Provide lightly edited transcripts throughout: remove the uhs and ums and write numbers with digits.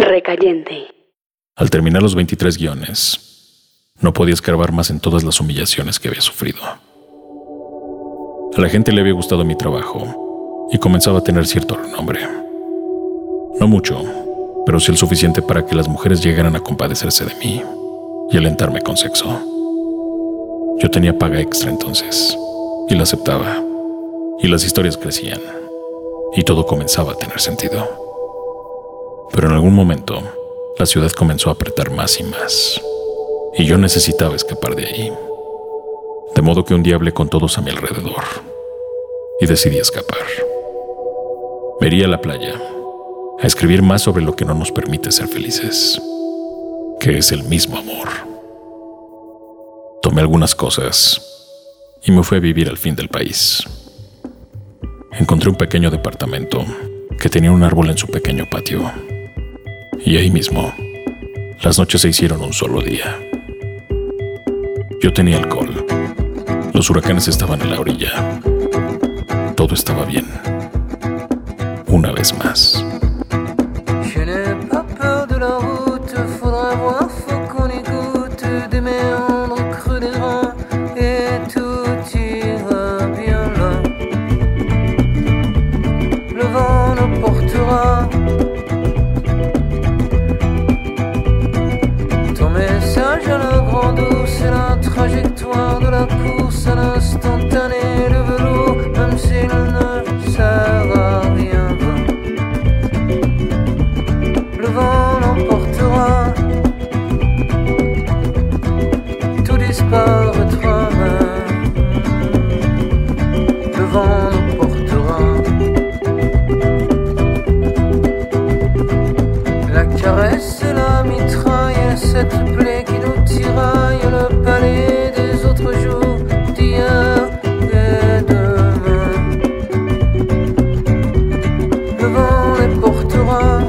Recayente. Al terminar los 23 guiones, no podía escarbar más en todas las humillaciones que había sufrido. A la gente le había gustado mi trabajo y comenzaba a tener cierto renombre. No mucho, pero sí el suficiente para que las mujeres llegaran a compadecerse de mí y alentarme con sexo. Yo tenía paga extra entonces, y la aceptaba, y las historias crecían, y todo comenzaba a tener sentido. Pero en algún momento, la ciudad comenzó a apretar más y más, y yo necesitaba escapar de ahí. De modo que un día hablé con todos a mi alrededor, y decidí escapar. Me iría a la playa, a escribir más sobre lo que no nos permite ser felices, que es el mismo amor. Tomé algunas cosas y me fui a vivir al fin del país. Encontré un pequeño departamento que tenía un árbol en su pequeño patio. Y ahí mismo, las noches se hicieron un solo día. Yo tenía alcohol. Los huracanes estaban en la orilla. Todo estaba bien. Una vez más. Je n'ai pas peur de la route, faudra voir, faut qu'on écoute des méandres creux des reins et tout ira bien là. Le vent nous portera. Ton message à la grande eau, c'est la trajectoire de la course à l'instantané, le velours, même s'il ne sert à rien. Le vent l'emportera, tout disparaîtra même. Le vent l'emportera. La caresse et la mitraille, cette plaie qui nous tiraille, le palais des autres jours, d'hier et demain. Le vent les portera.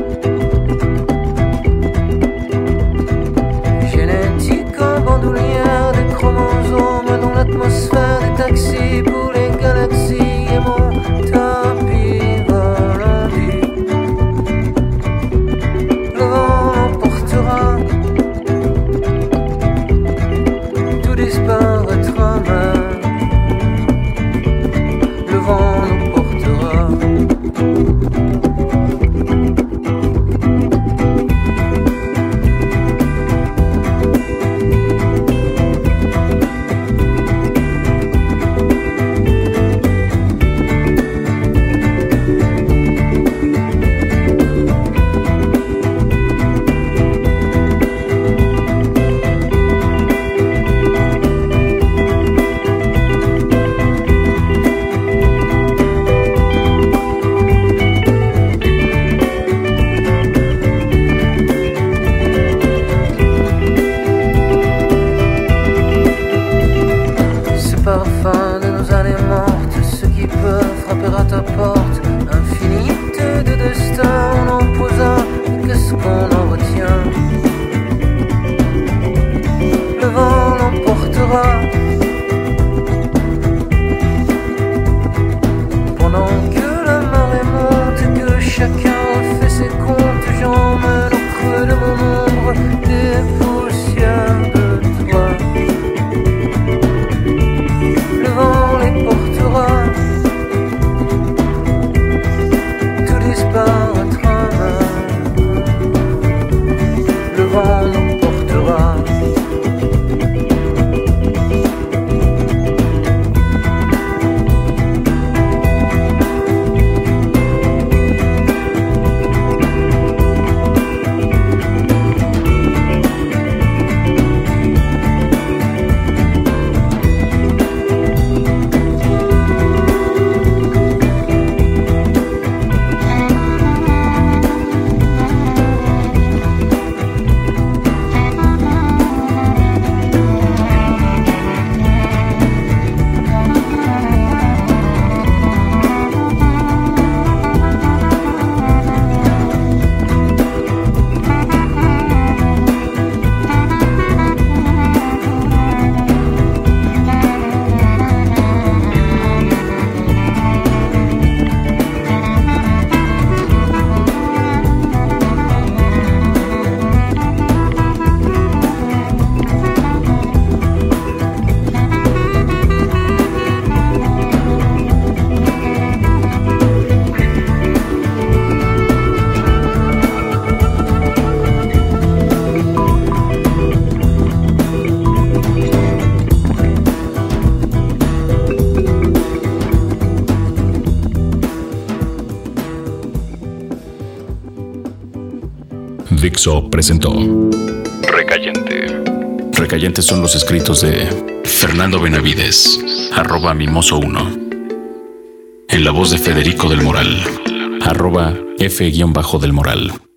Bandoulière des chromosomes dans l'atmosphère des taxis pour les galaxies et mon tapis volant. Le vent l'emportera. Dixo presentó Recayente. Recayentes son los escritos de Fernando Benavides, @mimoso1. En la voz de Federico del Moral, @F_del Moral.